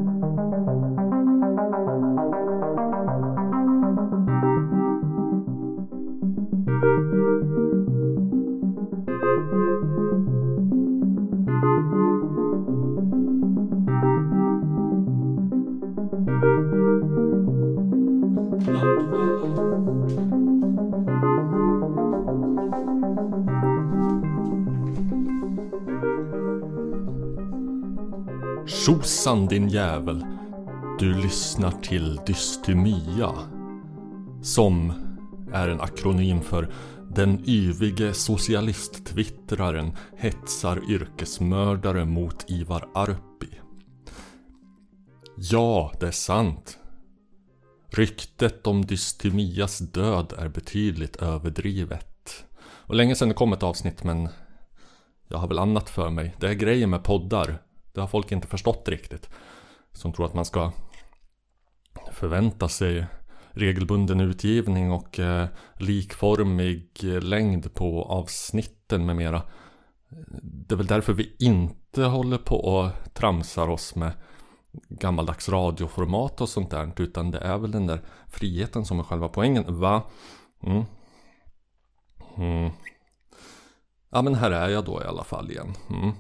Tjosan din jävel, du lyssnar till Dystemia, som är en akronym för den yvige socialist-twittraren hetsar yrkesmördare mot Ivar Arpi. Ja, det är sant. Ryktet om Dystemias död är betydligt överdrivet. Och länge sedan det kom ett avsnitt, men jag har väl annat för mig. Det är grejer med poddar. Det har folk inte förstått riktigt. Som tror att man ska förvänta sig regelbunden utgivning och likformig längd på avsnitten med mera. Det är väl därför vi inte håller på och tramsar oss med gammaldags radioformat och sånt där. Utan det är väl den där friheten som är själva poängen. Va? Ja, men här är jag då i alla fall igen.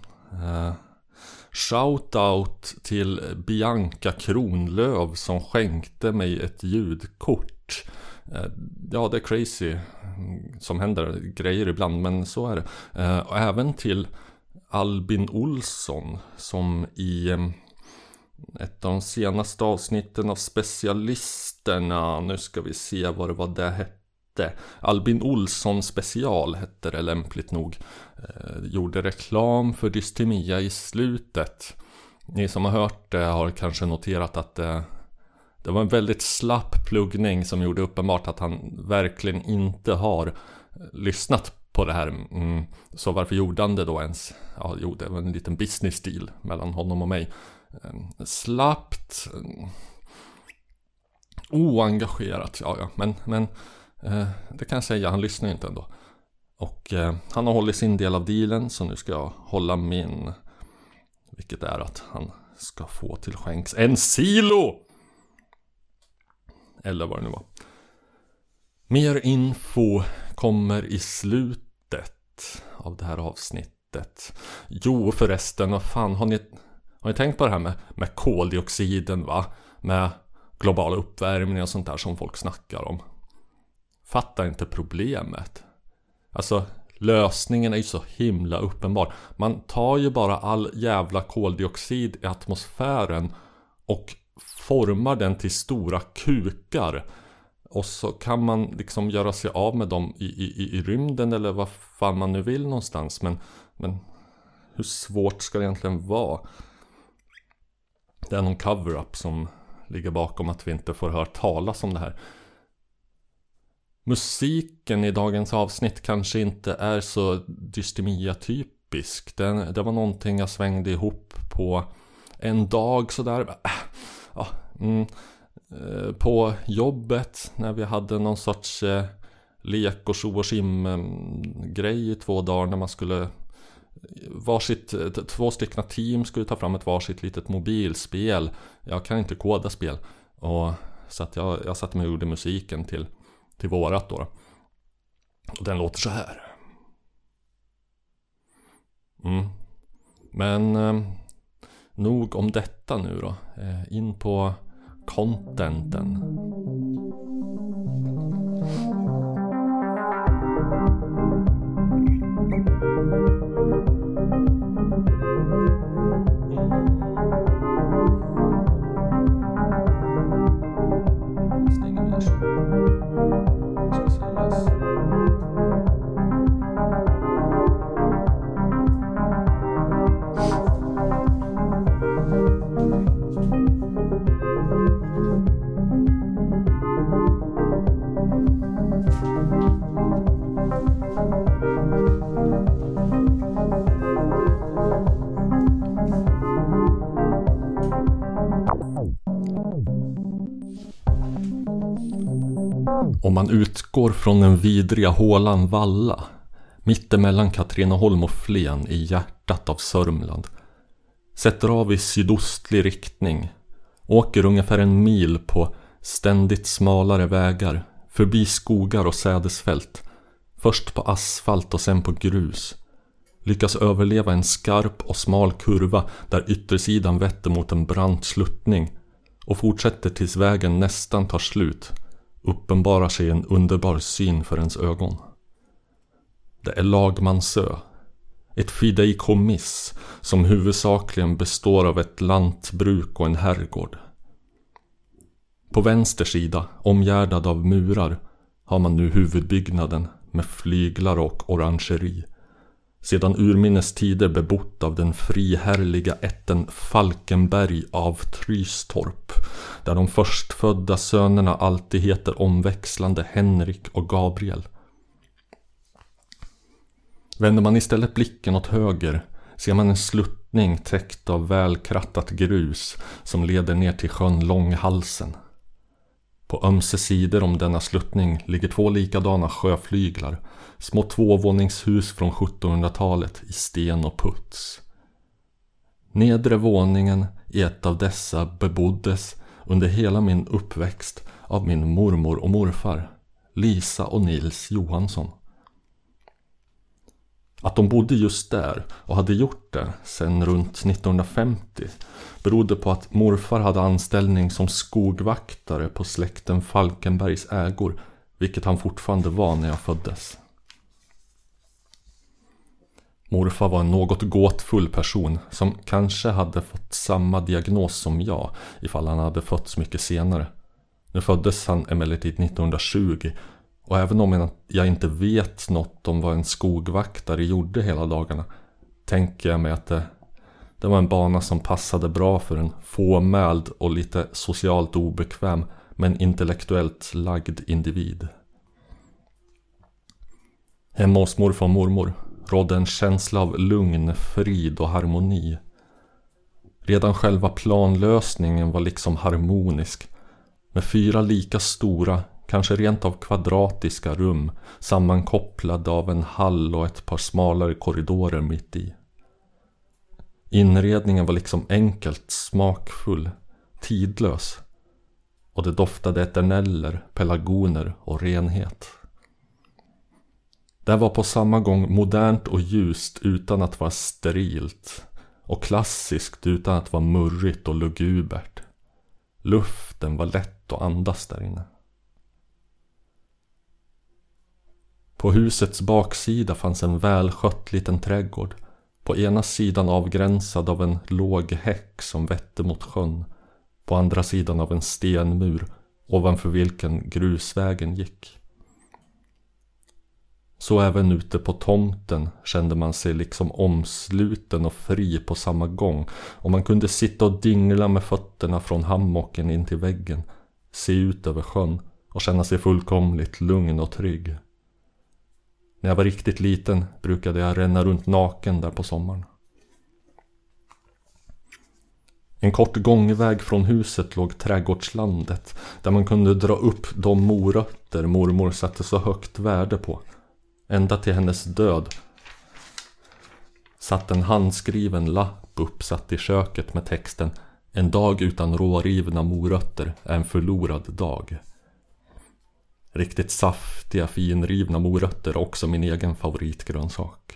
Shoutout till Bianca Kronlöv som skänkte mig ett ljudkort. Ja, det är crazy som händer grejer ibland, men så är det. Och även till Albin Olsson som i ett av de senaste avsnitten av Specialisterna, nu ska vi se vad det var det hette. Albin Olsson special hette det lämpligt nog. Gjorde reklam för Dystemia i slutet. Ni som har hört det har kanske noterat att det var en väldigt slapp pluggning som gjorde uppenbart att han verkligen inte har lyssnat på det här. Så varför gjorde han det då ens? Ja, jo, det var en liten business deal mellan honom och mig. Slappt, oengagerat, ja, men det kan jag säga, han lyssnar inte ändå. Och han har hållit sin del av dealen, så nu ska jag hålla min, vilket är att han ska få till skänks en silo! Eller vad det nu var. Mer info kommer i slutet av det här avsnittet. Jo, förresten, vad fan, har ni tänkt på det här med koldioxiden, va? Med globala uppvärmning och sånt där som folk snackar om. Fattar inte problemet. Alltså, lösningen är ju så himla uppenbar. Man tar ju bara all jävla koldioxid i atmosfären och formar den till stora kukar. Och så kan man liksom göra sig av med dem i rymden eller vad fan man nu vill någonstans. Men hur svårt ska det egentligen vara? Det är någon cover-up som ligger bakom att vi inte får höra talas om det här. Musiken i dagens avsnitt kanske inte är så Dystemia-typisk. Det var någonting jag svängde ihop på en dag sådär. På jobbet när vi hade någon sorts lek och tjo och grej i 2 dagar när man skulle två stycken team skulle ta fram ett varsitt litet mobilspel. Jag kan inte koda spel, och så att jag satt med och gjorde musiken till vårat då. Och den låter så här. Men nog om detta nu då. In på contenten. Om man utgår från den vidriga hålan Valla, mittemellan Katrineholm och Flen i hjärtat av Sörmland, sätter av i sydostlig riktning Åker ungefär 1 mil på ständigt smalare vägar, förbi skogar och sädesfält. Först på asfalt och sen på grus. Lyckas överleva en skarp och smal kurva där yttersidan vetter mot en brant sluttning och fortsätter tills vägen nästan tar slut. Uppenbarar sig en underbar syn för ens ögon. Det är Lagmansö. Ett fideikommiss som huvudsakligen består av ett lantbruk och en herrgård. På vänster sida, omgärdad av murar, har man nu huvudbyggnaden med flyglar och orangeri. Sedan urminnes tider bebott av den friherrliga ätten Falkenberg av Trystorp, där de förstfödda sönerna alltid heter omväxlande Henrik och Gabriel. Vänder man istället blicken åt höger ser man en sluttning täckt av välkrattat grus som leder ner till sjön Långhalsen. På ömse sidor om denna sluttning ligger 2 likadana sjöflyglar, små 2-våningshus från 1700-talet i sten och puts. Nedre våningen i ett av dessa beboddes under hela min uppväxt av min mormor och morfar, Lisa och Nils Johansson. Att de bodde just där och hade gjort det sedan runt 1950 berodde på att morfar hade anställning som skogvaktare på släkten Falkenbergs ägor, vilket han fortfarande var när jag föddes. Morfar var en något gåtfull person som kanske hade fått samma diagnos som jag ifall han hade fötts mycket senare. Nu föddes han emellertid 1920 och även om jag inte vet något om vad en skogvaktare gjorde hela dagarna tänker jag mig att det var en bana som passade bra för en fåmäld och lite socialt obekväm men intellektuellt lagd individ. Hemma hos morfar och mormor rådde en känsla av lugn, frid och harmoni. Redan själva planlösningen var liksom harmonisk, med 4 lika stora, kanske rent av kvadratiska rum sammankopplade av en hall och ett par smalare korridorer mitt i. Inredningen var liksom enkelt smakfull, tidlös, och det doftade eterneller, pelargoner och renhet. Det var på samma gång modernt och ljust utan att vara sterilt och klassiskt utan att vara murrigt och lugubert. Luften var lätt att andas där inne. På husets baksida fanns en välskött liten trädgård, på ena sidan avgränsad av en låg häck som vette mot sjön, på andra sidan av en stenmur ovanför vilken grusvägen gick. Så även ute på tomten kände man sig liksom omsluten och fri på samma gång, och man kunde sitta och dingla med fötterna från hammocken in till väggen, se ut över sjön och känna sig fullkomligt lugn och trygg. När jag var riktigt liten brukade jag ränna runt naken där på sommaren. En kort gångväg från huset låg trädgårdslandet, där man kunde dra upp de morötter mormor satte så högt värde på. Ända till hennes död satt en handskriven lapp uppsatt i köket med texten: "En dag utan rårivna morötter är en förlorad dag." Riktigt saftiga, finrivna morötter är också min egen favoritgrönsak.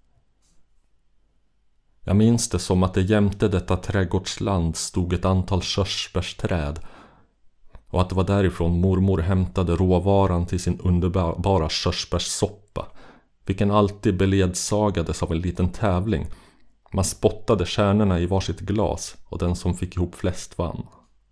Jag minns det som att det jämte detta trädgårdsland stod ett antal körsbärsträd och att det var därifrån mormor hämtade råvaran till sin underbara körsbärssoppa, vilken alltid beledsagades av en liten tävling. Man spottade kärnorna i varsitt glas och den som fick ihop flest vann.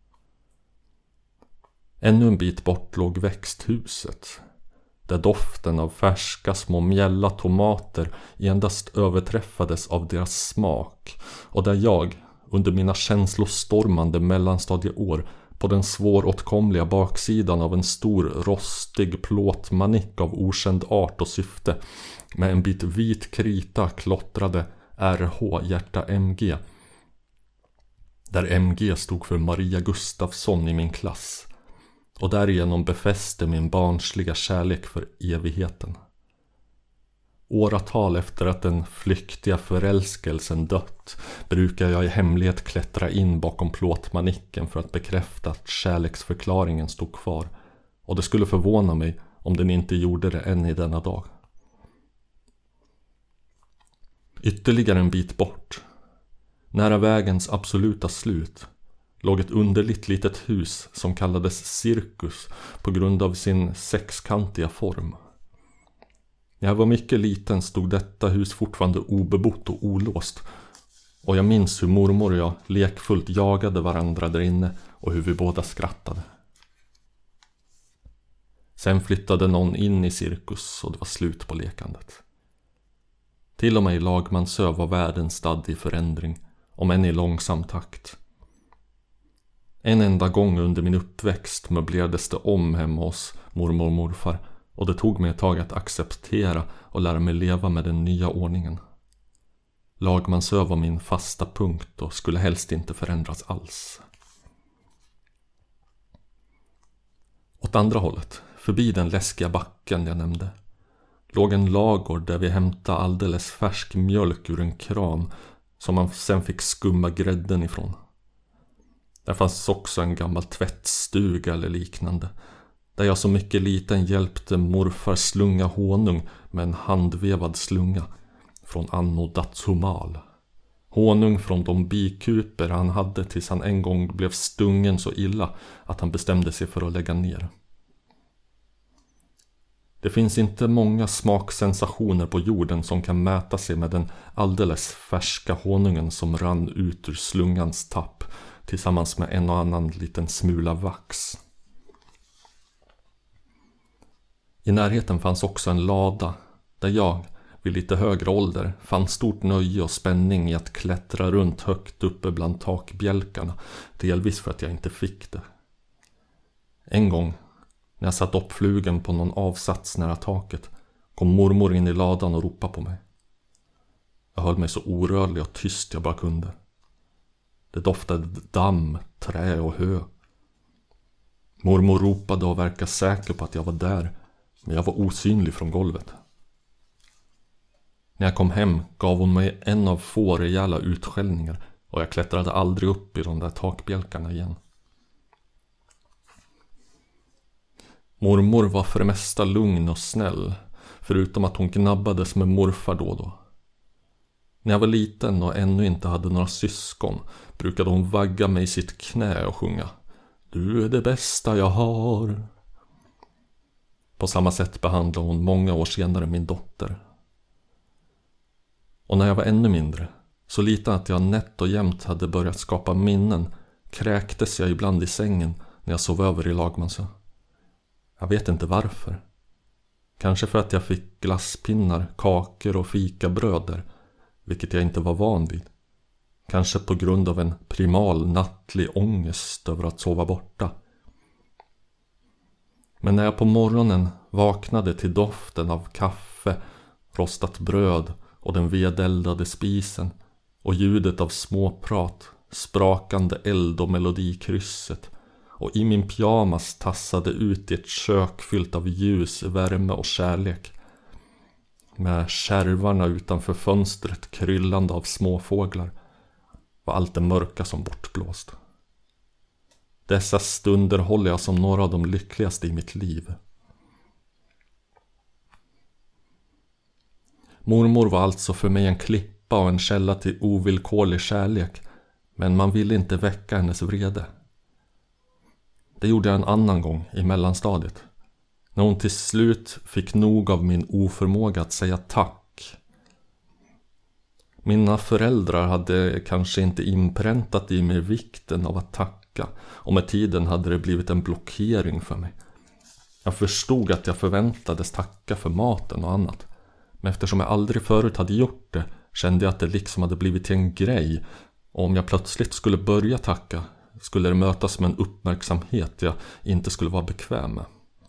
Ännu en bit bort låg växthuset, där doften av färska små mjälla tomater endast överträffades av deras smak, och där jag, under mina känslostormande mellanstadieår, på den svåråtkomliga baksidan av en stor rostig plåtmanik av okänd art och syfte med en bit vit krita klottrade RH hjärta MG, där MG stod för Maria Gustafsson i min klass, och därigenom befäste min barnsliga kärlek för evigheten. Åratal efter att den flyktiga förälskelsen dött brukar jag i hemlighet klättra in bakom plåtmanicken för att bekräfta att kärleksförklaringen stod kvar, och det skulle förvåna mig om den inte gjorde det än i denna dag. Ytterligare en bit bort, nära vägens absoluta slut, låg ett underligt litet hus som kallades Cirkus på grund av sin sexkantiga form. När jag var mycket liten stod detta hus fortfarande obebott och olåst, och jag minns hur mormor och jag lekfullt jagade varandra där inne och hur vi båda skrattade. Sen flyttade någon in i Cirkus och det var slut på lekandet. Till och med i Lagmansö var världen stadd i förändring, om än i långsam takt. En enda gång under min uppväxt möblerades det om hemma hos mormor och morfar, och det tog mig ett tag att acceptera och lära mig leva med den nya ordningen. Lagmansö var min fasta punkt och skulle helst inte förändras alls. Åt andra hållet, förbi den läskiga backen jag nämnde, låg en lagård där vi hämtade alldeles färsk mjölk ur en kran som man sen fick skumma grädden ifrån. Där fanns också en gammal tvättstuga eller liknande, där jag så mycket liten hjälpte morfar slunga honung med en handvevad slunga från Anno Dazumal. Honung från de bikuper han hade tills han en gång blev stungen så illa att han bestämde sig för att lägga ner. Det finns inte många smaksensationer på jorden som kan mäta sig med den alldeles färska honungen som rann ut ur slungans tapp tillsammans med en och annan liten smula vax. I närheten fanns också en lada där jag, vid lite högre ålder, fann stort nöje och spänning i att klättra runt högt uppe bland takbjälkarna, delvis för att jag inte fick det. En gång, när jag satt uppflugen på någon avsats nära taket, kom mormor in i ladan och ropade på mig. Jag höll mig så orörlig och tyst jag bara kunde. Det doftade damm, trä och hö. Mormor ropade och verkade säker på att jag var där, men jag var osynlig från golvet. När jag kom hem gav hon mig en av få rejäla utskällningar, och jag klättrade aldrig upp i de där takbjälkarna igen. Mormor var för det mesta lugn och snäll, förutom att hon gnabbades med morfar då och då. När jag var liten och ännu inte hade några syskon brukade hon vagga mig i sitt knä och sjunga "Du är det bästa jag har". På samma sätt behandlade hon många år senare min dotter. Och när jag var ännu mindre, så liten att jag nätt och jämt hade börjat skapa minnen, kräktes jag ibland i sängen när jag sov över i Lagmansö. Jag vet inte varför. Kanske för att jag fick glasspinnar, kakor och fikabröder, vilket jag inte var van vid. Kanske på grund av en primal nattlig ångest över att sova borta. Men när jag på morgonen vaknade till doften av kaffe, rostat bröd och den vedeldade spisen och ljudet av småprat, sprakande eld och melodikrysset, och i min pyjamas tassade ut i ett kök fyllt av ljus, värme och kärlek, med skärvarna utanför fönstret kryllande av småfåglar, var allt det mörka som bortblåst. Dessa stunder håller jag som några av de lyckligaste i mitt liv. Mormor var alltså för mig en klippa och en källa till ovillkorlig kärlek, men man ville inte väcka hennes vrede. Det gjorde jag en annan gång i mellanstadiet, när hon till slut fick nog av min oförmåga att säga tack. Mina föräldrar hade kanske inte inpräntat i mig vikten av att tacka, och med tiden hade det blivit en blockering för mig. Jag förstod att jag förväntades tacka för maten och annat, men eftersom jag aldrig förut hade gjort det kände jag att det liksom hade blivit till en grej, och om jag plötsligt skulle börja tacka skulle det mötas med en uppmärksamhet jag inte skulle vara bekväm med.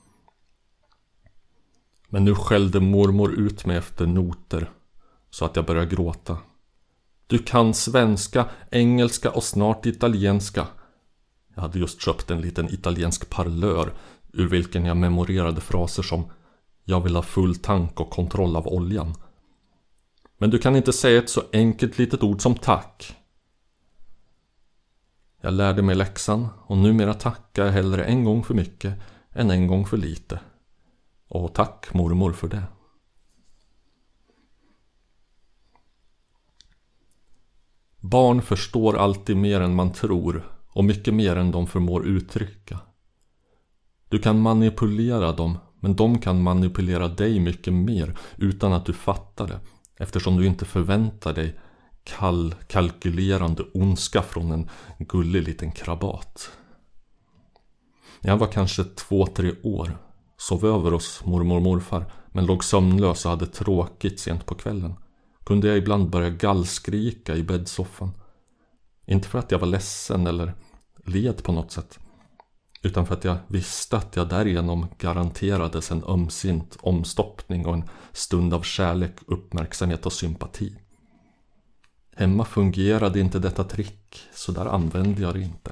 Men nu skällde mormor ut mig efter noter, så att jag började gråta. Du kan svenska, engelska och snart italienska. Jag hade just köpt en liten italiensk parlör, ur vilken jag memorerade fraser som jag vill ha full tank och kontroll av oljan, Men du kan inte säga ett så enkelt litet ord som tack. Jag lärde mig läxan och numera tackar jag hellre en gång för mycket än en gång för lite. Och tack mormor för det. Barn förstår alltid mer än man tror och mycket mer än de förmår uttrycka. Du kan manipulera dem, men de kan manipulera dig mycket mer utan att du fattar det, eftersom du inte förväntar dig kalkylerande ondska från en gullig liten krabat. Jag var kanske 2-3 år, sov över hos mormor och morfar, men låg sömnlös och hade tråkigt sent på kvällen. Kunde jag ibland börja gallskrika i bäddsoffan. Inte för att jag var ledsen eller led på något sätt, utan för att jag visste att jag därigenom garanterades en ömsint omstoppning och en stund av kärlek, uppmärksamhet och sympati. Hemma fungerade inte detta trick, så där använde jag det inte.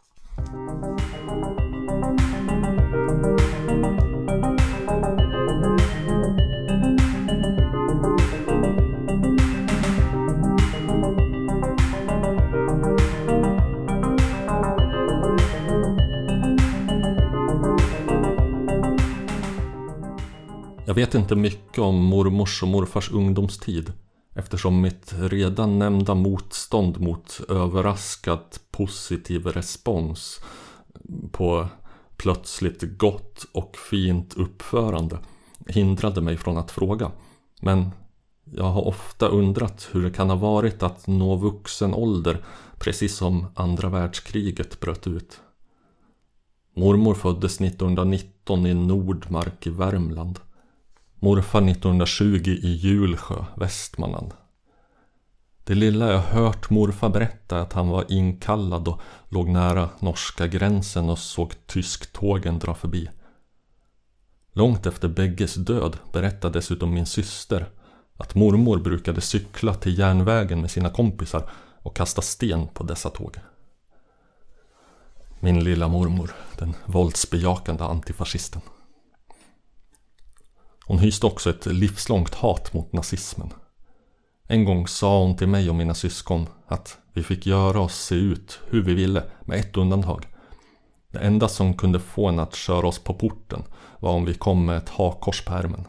Jag vet inte mycket om mormors och morfars ungdomstid, eftersom mitt redan nämnda motstånd mot överraskad positiv respons på plötsligt gott och fint uppförande hindrade mig från att fråga. Men jag har ofta undrat hur det kan ha varit att nå vuxen ålder precis som andra världskriget bröt ut. Mormor föddes 1919 i Nordmark i Värmland. Morfar 1920 i Julsjö, Västmanland. Det lilla jag hört morfar berätta att han var inkallad och låg nära norska gränsen och såg tysktågen dra förbi. Långt efter bägges död berättade dessutom min syster att mormor brukade cykla till järnvägen med sina kompisar och kasta sten på dessa tåg. Min lilla mormor, den våldsbejakande antifascisten. Hon hyste också ett livslångt hat mot nazismen. En gång sa hon till mig och mina syskon att vi fick göra oss se ut hur vi ville med ett undantag. Det enda som kunde få en att köra oss på porten var om vi kom med ett hakkors på ärmen.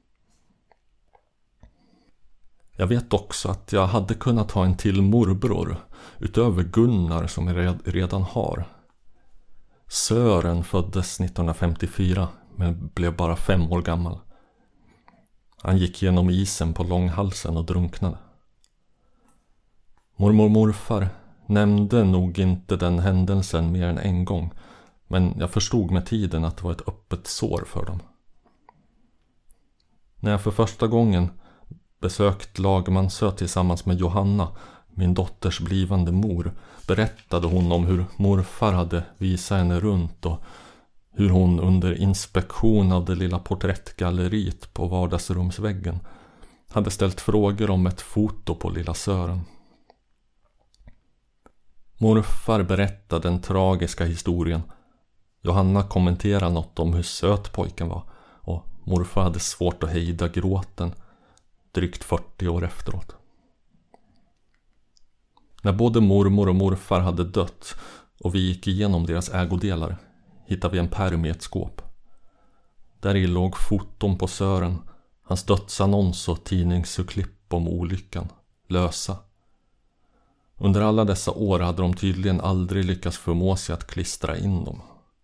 Jag vet också att jag hade kunnat ha en till morbror utöver Gunnar som jag redan har. Sören föddes 1954 men blev bara 5 år gammal. Han gick genom isen på Långhalsen och drunknade. Mormor och morfar nämnde nog inte den händelsen mer än en gång, men jag förstod med tiden att det var ett öppet sår för dem. När jag för första gången besökt Lagmansö tillsammans med Johanna, min dotters blivande mor, berättade hon om hur morfar hade visat henne runt och hur hon under inspektion av det lilla porträttgalleriet på vardagsrumsväggen hade ställt frågor om ett foto på lilla Sören. Morfar berättade den tragiska historien. Johanna kommenterade något om hur söt pojken var och morfar hade svårt att hejda gråten drygt 40 år efteråt. När både mormor och morfar hade dött och vi gick igenom deras ägodelar hittade vi en pärm i ett skåp. Där i låg foton på Sören, hans dödsannons och tidningsurklipp om olyckan, lösa. Under alla dessa år hade de tydligen aldrig lyckats förmå sig att klistra in dem.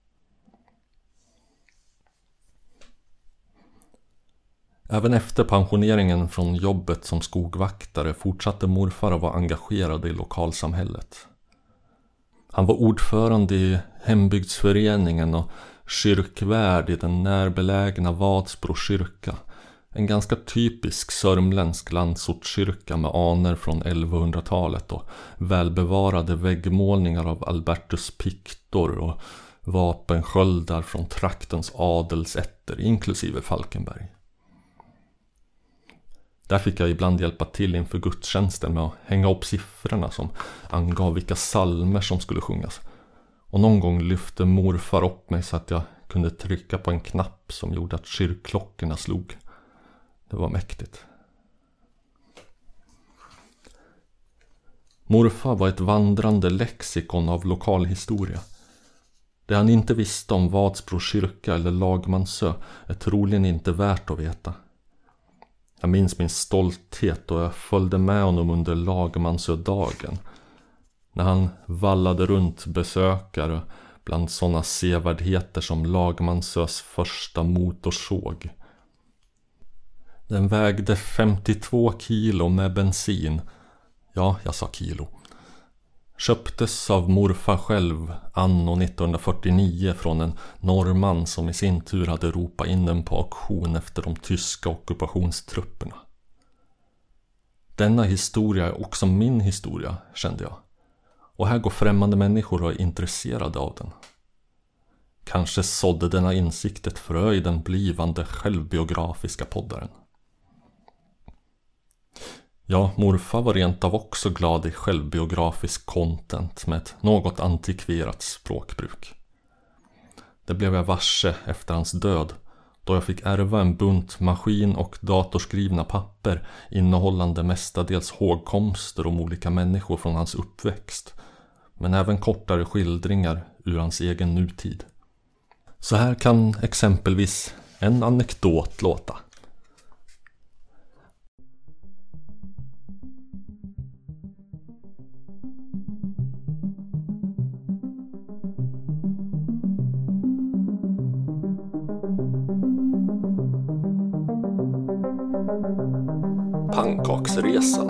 Även efter pensioneringen från jobbet som skogvaktare fortsatte morfar att vara engagerad i lokalsamhället. Han var ordförande i hembygdsföreningen och kyrkvärd i den närbelägna Vadsbro kyrka. En ganska typisk sörmländsk landsortskyrka med aner från 1100-talet och välbevarade väggmålningar av Albertus Pictor och vapensköldar från traktens adelsätter inklusive Falkenberg. Där fick jag ibland hjälpa till inför gudstjänsten med att hänga upp siffrorna som angav vilka psalmer som skulle sjungas. Och någon gång lyfte morfar upp mig så att jag kunde trycka på en knapp som gjorde att kyrkklockorna slog. Det var mäktigt. Morfar var ett vandrande lexikon av lokalhistoria. Det han inte visste om Vadsbro kyrka eller Lagmansö är troligen inte värt att veta. Jag minns min stolthet då jag följde med honom under Lagmansö-dagen, när han vallade runt besökare bland sådana sevärdheter som Lagmansös första motorsåg. Den vägde 52 kilo med bensin. Ja, jag sa kilo. Köptes av morfar själv anno 1949 från en norrman som i sin tur hade ropat in den på auktion efter de tyska ockupationstrupperna. Denna historia är också min historia, kände jag. Och här går främmande människor och är intresserade av den. Kanske sådde denna insikt ett frö i den blivande självbiografiska poddaren. Ja, morfar var rent av också glad i självbiografisk content med ett något antikverat språkbruk. Det blev jag varse efter hans död, då jag fick ärva en bunt maskin- och datorskrivna papper innehållande mestadels hågkomster om olika människor från hans uppväxt, men även kortare skildringar ur hans egen nutid. Så här kan exempelvis en anekdot låta. Pannkaksresan.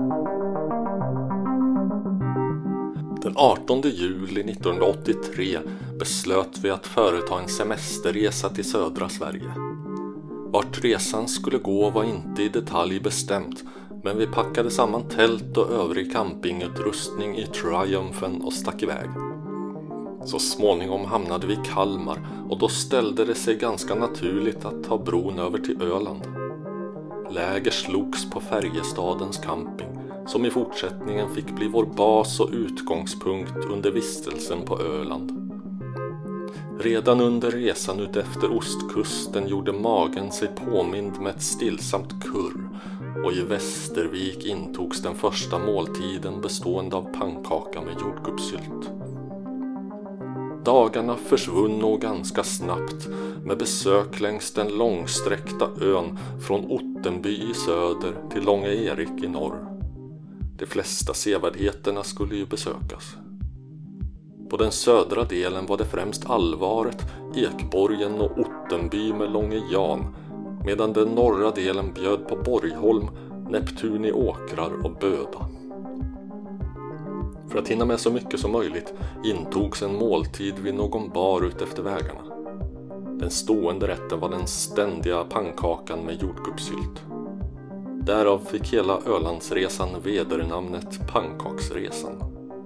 Den 18 juli 1983 beslöt vi att företa en semesterresa till södra Sverige. Vart resan skulle gå var inte i detalj bestämt, men vi packade samman tält och övrig campingutrustning i Triumphen och stack iväg. Så småningom hamnade vi i Kalmar och då ställde det sig ganska naturligt att ta bron över till Öland. Läger slogs på Färjestadens camping, som i fortsättningen fick bli vår bas och utgångspunkt under vistelsen på Öland. Redan under resan ut efter ostkusten gjorde magen sig påmind med ett stillsamt kurr, och i Västervik intogs den första måltiden bestående av pannkaka med jordgubbssylt. Dagarna försvunn nog ganska snabbt med besök längs den långsträckta ön från Ottenby i söder till Långa Erik i norr. De flesta sevärdheterna skulle ju besökas. På den södra delen var det främst Alvaret, Ekborgen och Ottenby med Långe Jan, medan den norra delen bjöd på Borgholm, Neptun i åkrar och Böda. För att hinna med så mycket som möjligt intogs en måltid vid någon bar ut efter vägarna. Den stående rätten var den ständiga pannkakan med jordgubbssylt. Därav fick hela Ölandsresan vedernamnet Pannkaksresan.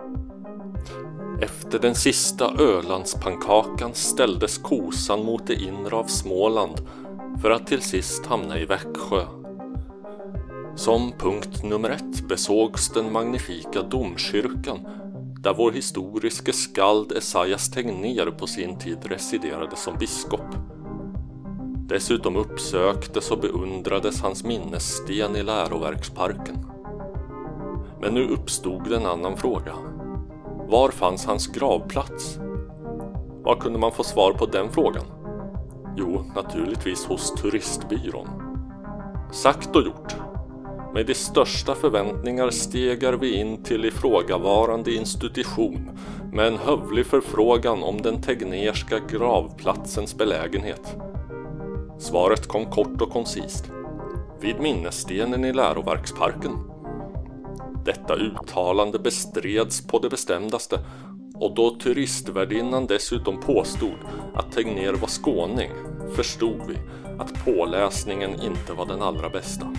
Efter den sista Ölandspannkakan ställdes kosan mot det inre av Småland för att till sist hamna i Växjö. Som punkt nummer 1 besågs den magnifika domkyrkan där vår historiske skald Esaias Tegnér på sin tid residerade som biskop. Dessutom uppsöktes och beundrades hans minnessten i Läroverksparken. Men nu uppstod en annan fråga. Var fanns hans gravplats? Var kunde man få svar på den frågan? Jo, naturligtvis hos turistbyrån. Sagt och gjort. Med de största förväntningar stegar vi in till ifrågavarande institution med en hövlig förfrågan om den tegnerska gravplatsens belägenhet. Svaret kom kort och koncist. Vid minnesstenen i Läroverksparken. Detta uttalande bestreds på det bestämdaste, och då turistvärdinnan dessutom påstod att Tegnér var skåning förstod vi att påläsningen inte var den allra bästa.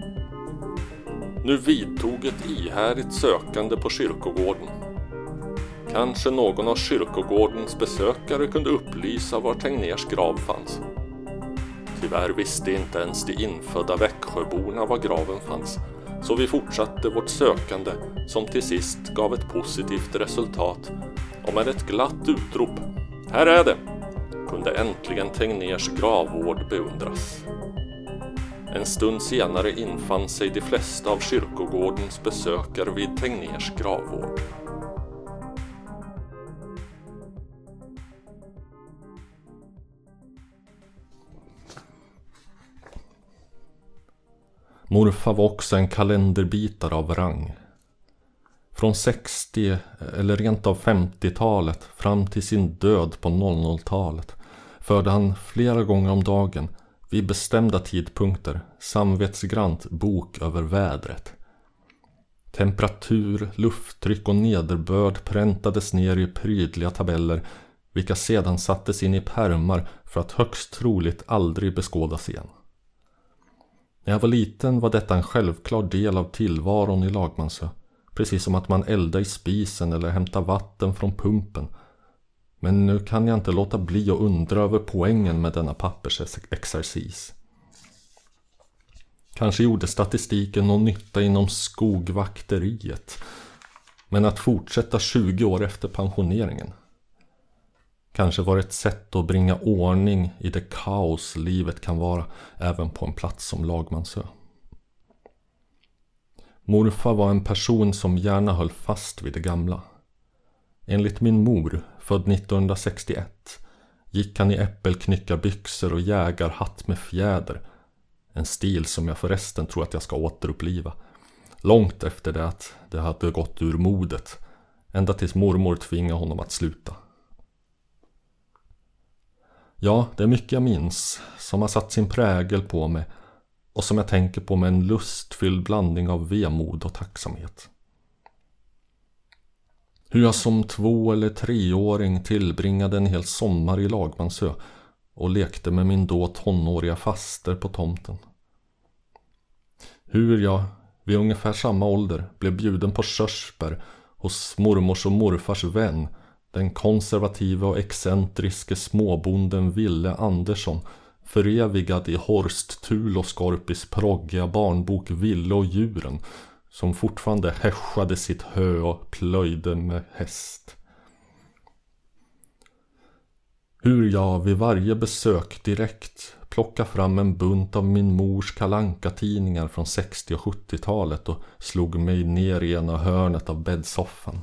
Nu vidtog ett ihärdigt sökande på kyrkogården. Kanske någon av kyrkogårdens besökare kunde upplysa var Tegnérs grav fanns. Tyvärr visste inte ens de infödda Växjöborna var graven fanns, så vi fortsatte vårt sökande som till sist gav ett positivt resultat, och med ett glatt utrop "Här är det!" kunde äntligen Tegnérs gravvård beundras. En stund senare infann sig de flesta av kyrkogårdens besökare vid Tegnérs gravvård. Morfar var också en kalenderbitare av rang. Från 60 eller rent av 50-talet fram till sin död på 00-talet förde han flera gånger om dagen vid bestämda tidpunkter samvetsgrant bok över vädret. Temperatur, lufttryck och nederbörd präntades ner i prydliga tabeller, vilka sedan sattes in i pärmar för att högst troligt aldrig beskådas igen. När jag var liten var detta en självklar del av tillvaron i Lagmansö, precis som att man eldar i spisen eller hämtar vatten från pumpen. Men nu kan jag inte låta bli att undra över poängen med denna pappersexercis. Kanske gjorde statistiken någon nytta inom skogvakteriet, men att fortsätta 20 år efter pensioneringen. Kanske var ett sätt att bringa ordning i det kaos livet kan vara även på en plats som Lagmansö. Morfar var en person som gärna höll fast vid det gamla. Enligt min mor, född 1961, gick han i äppelknyckarbyxor och jägarhatt med fjäder. En stil som jag förresten tror att jag ska återuppliva. Långt efter det att det hade gått ur modet. Ända tills mormor tvingade honom att sluta. Ja, det är mycket jag minns som har satt sin prägel på mig och som jag tänker på med en lustfylld blandning av vemod och tacksamhet. Hur jag som 2- eller 3-åring tillbringade en hel sommar i Lagmansö och lekte med min då tonåriga faster på tomten. Hur jag vid ungefär samma ålder blev bjuden på körsbär hos mormors och morfars vän, den konservativa och excentriske småbonden Ville Andersson, förevigad i Horst Tuloskorpis proggiga barnbok Ville och djuren, som fortfarande häschade sitt hö och plöjde med häst. Hur jag vid varje besök direkt plockade fram en bunt av min mors Kalle-Anka-tidningar från 60- och 70-talet och slog mig ner i ena hörnet av bäddsoffan.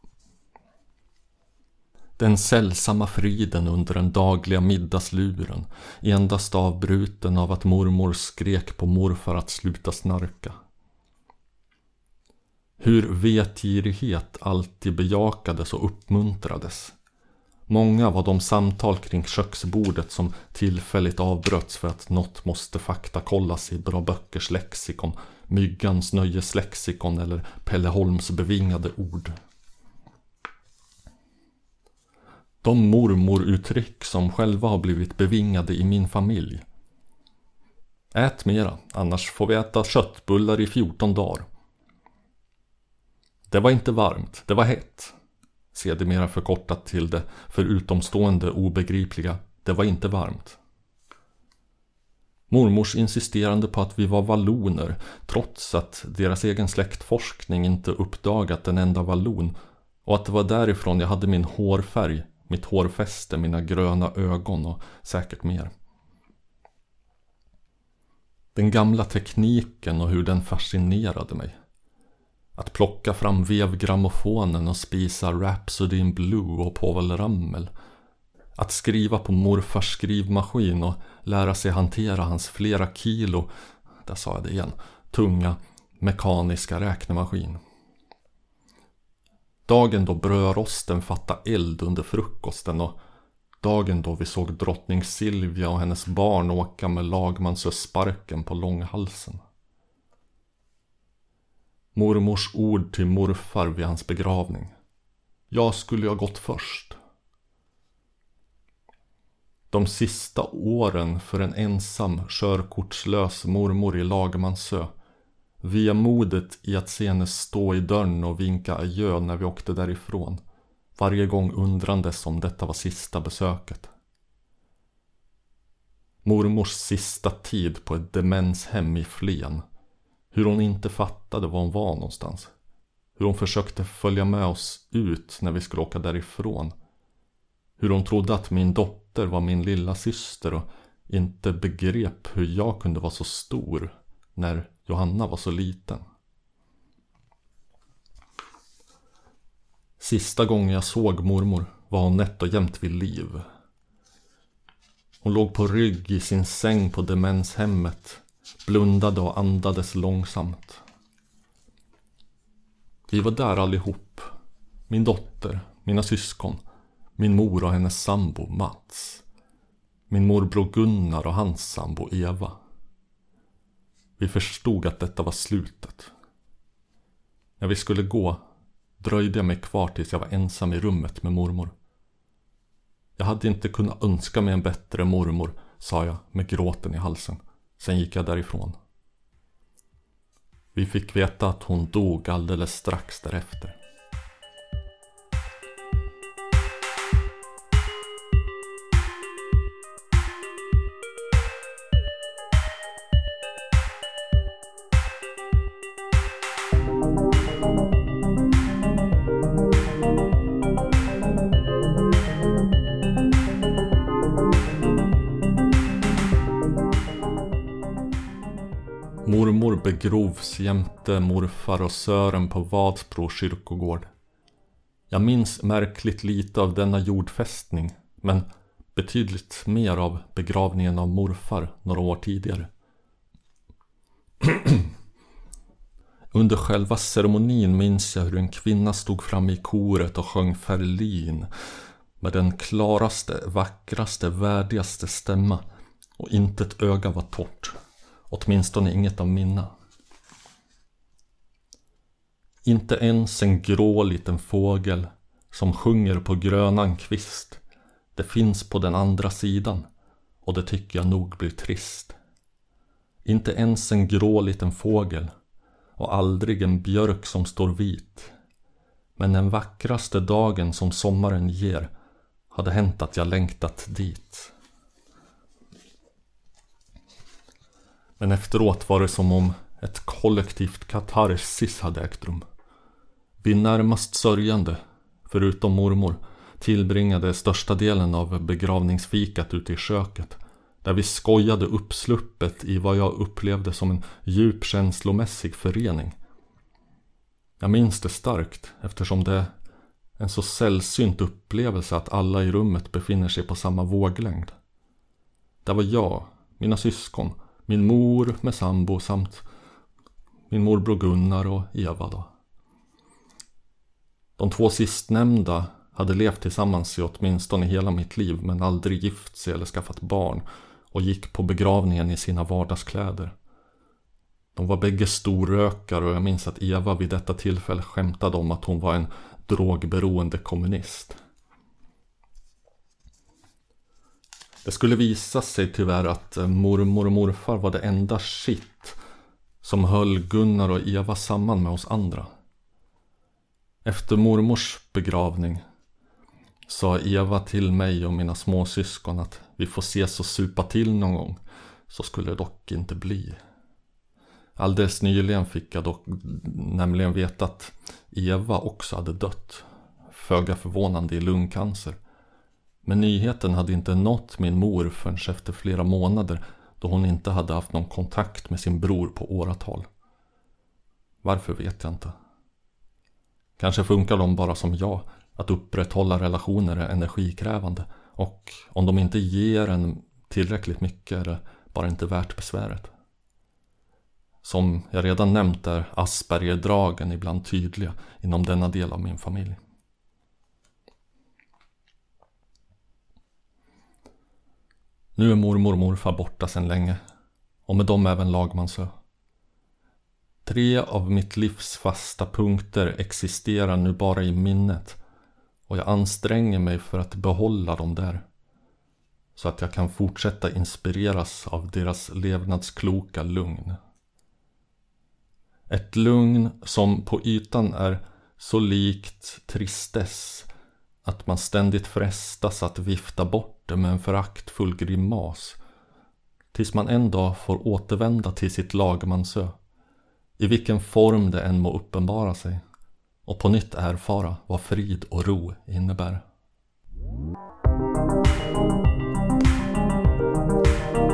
Den sällsamma friden under den dagliga middagsluren, endast avbruten av att mormor skrek på morfar att sluta snarka. Hur vetgirighet alltid bejakades och uppmuntrades. Många var de samtal kring köksbordet som tillfälligt avbröts för att något måste faktakollas i Bra Böckers lexikon, Myggans nöjeslexikon eller Pelle Holms bevingade ord. De mormoruttryck som själva har blivit bevingade i min familj. Ät mera, annars får vi äta köttbullar i 14 dagar. Det var inte varmt, det var hett. Sedermera förkortat till det för utomstående obegripliga, det var inte varmt. Mormors insisterande på att vi var valloner, trots att deras egen släktforskning inte uppdagat en enda vallon, och att det var därifrån jag hade min hårfärg, mitt hårfäste, mina gröna ögon och säkert mer. Den gamla tekniken och hur den fascinerade mig. Att plocka fram vevgrammofonen och spisa Rhapsody in Blue och Povel Ramel. Att skriva på morfars skrivmaskin och lära sig hantera hans flera kilo, där sa jag det igen, tunga mekaniska räknemaskin. Dagen då brödrosten fattade eld under frukosten och dagen då vi såg drottning Silvia och hennes barn åka med Lagmansö-sparken på långhalsen. Mormors ord till morfar vid hans begravning. Jag skulle ha gått först. De sista åren för en ensam körkortslös mormor i Lagmansö, vemodet i att se henne stå i dörren och vinka adjö när vi åkte därifrån, varje gång undrandes om detta var sista besöket. Mormors sista tid på ett demenshem i Flen. Hur hon inte fattade var hon var någonstans. Hur hon försökte följa med oss ut när vi skulle åka därifrån. Hur hon trodde att min dotter var min lilla syster och inte begrep hur jag kunde vara så stor när Johanna var så liten. Sista gången jag såg mormor var hon nätt och jämt vid liv. Hon låg på rygg i sin säng på demenshemmet, blundade och andades långsamt. Vi var där allihop. Min dotter, mina syskon, min mor och hennes sambo Mats. Min morbror Gunnar och hans sambo Eva. Vi förstod att detta var slutet. När vi skulle gå dröjde jag mig kvar tills jag var ensam i rummet med mormor. Jag hade inte kunnat önska mig en bättre mormor, sa jag med gråten i halsen. Sen gick jag därifrån. Vi fick veta att hon dog alldeles strax därefter. Mormor begrovs jämte morfar och Sören på Vadsbro kyrkogård. Jag minns märkligt lite av denna jordfästning, men betydligt mer av begravningen av morfar några år tidigare. Under själva ceremonin minns jag hur en kvinna stod fram i koret och sjöng Ferlin med den klaraste, vackraste, värdigaste stämma, och inte ett öga var torrt. Åtminstone inget av mina. Inte ens en grå liten fågel som sjunger på grönan kvist. Det finns på den andra sidan, och det tycker jag nog blir trist. Inte ens en grå liten fågel, och aldrig en björk som står vit. Men den vackraste dagen som sommaren ger hade hänt att jag längtat dit. Men efteråt var det som om ett kollektivt katarsis hade ägt rum. Vi närmast sörjande, förutom mormor, tillbringade största delen av begravningsfikat ute i köket, där vi skojade uppsluppet i vad jag upplevde som en djup känslomässig förening. Jag minns det starkt eftersom det är en så sällsynt upplevelse att alla i rummet befinner sig på samma våglängd. Där var jag, mina syskon, min mor med sambo samt min morbror Gunnar och Eva då. De två sistnämnda hade levt tillsammans i åtminstone hela mitt liv, men aldrig gift sig eller skaffat barn, och gick på begravningen i sina vardagskläder. De var bägge storrökare, och jag minns att Eva vid detta tillfälle skämtade om att hon var en drogberoende kommunist. Det skulle visa sig tyvärr att mormor och morfar var det enda shit som höll Gunnar och Eva samman med oss andra. Efter mormors begravning sa Eva till mig och mina småsyskon att vi får ses och supa till någon gång. Så skulle det dock inte bli. Alldeles nyligen fick jag dock nämligen veta att Eva också hade dött, föga förvånande, i lungcancer. Men nyheten hade inte nått min mor förrän efter flera månader, då hon inte hade haft någon kontakt med sin bror på åratal. Varför vet jag inte. Kanske funkar de bara som jag, att upprätthålla relationer är energikrävande, och om de inte ger en tillräckligt mycket är det bara inte värt besväret. Som jag redan nämnt är Asperger-dragen ibland tydliga inom denna del av min familj. Nu är mormor och morfar borta sedan länge, och med dem även Lagmansö. 3 av mitt livs fasta punkter existerar nu bara i minnet, och jag anstränger mig för att behålla dem där, så att jag kan fortsätta inspireras av deras levnadskloka lugn. Ett lugn som på ytan är så likt tristess att man ständigt frestas att vifta bort det med en föraktfull grimas, tills man en dag får återvända till sitt Lagmansö, i vilken form det än må uppenbara sig, och på nytt erfara vad frid och ro innebär.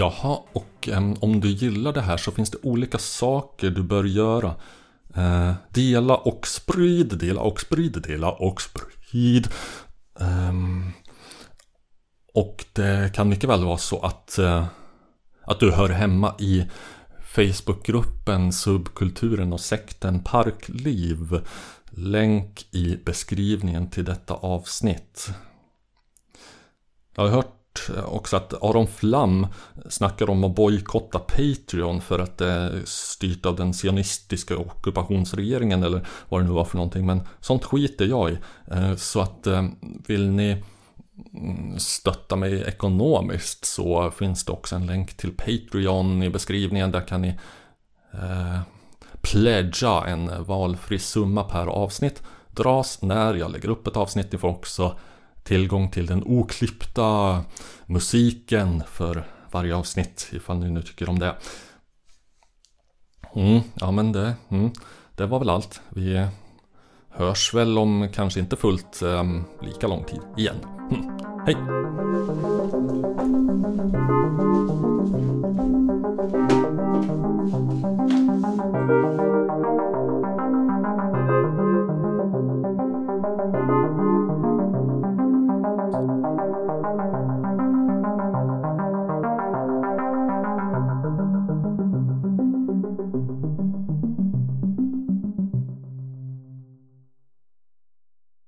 Jaha, och om du gillar det här så finns det olika saker du bör göra. Dela och sprid, dela och sprid, dela och sprid. Och det kan mycket väl vara så att du hör hemma i Facebookgruppen Subkulturen och sekten Parkliv. Länk i beskrivningen till detta avsnitt. Jag har hört också att Aron Flam snackar om att bojkotta Patreon för att det är styrt av den sionistiska ockupationsregeringen eller vad det nu var för någonting. Men sånt skiter jag i. Så att vill ni stötta mig ekonomiskt så finns det också en länk till Patreon i beskrivningen. Där kan ni pledga en valfri summa per avsnitt. Dras när jag lägger upp ett avsnitt. Ni får också tillgång till den oklippta musiken för varje avsnitt ifall ni nu tycker om det. Ja men det var väl allt. Vi hörs väl om kanske inte fullt lika lång tid igen. Hej!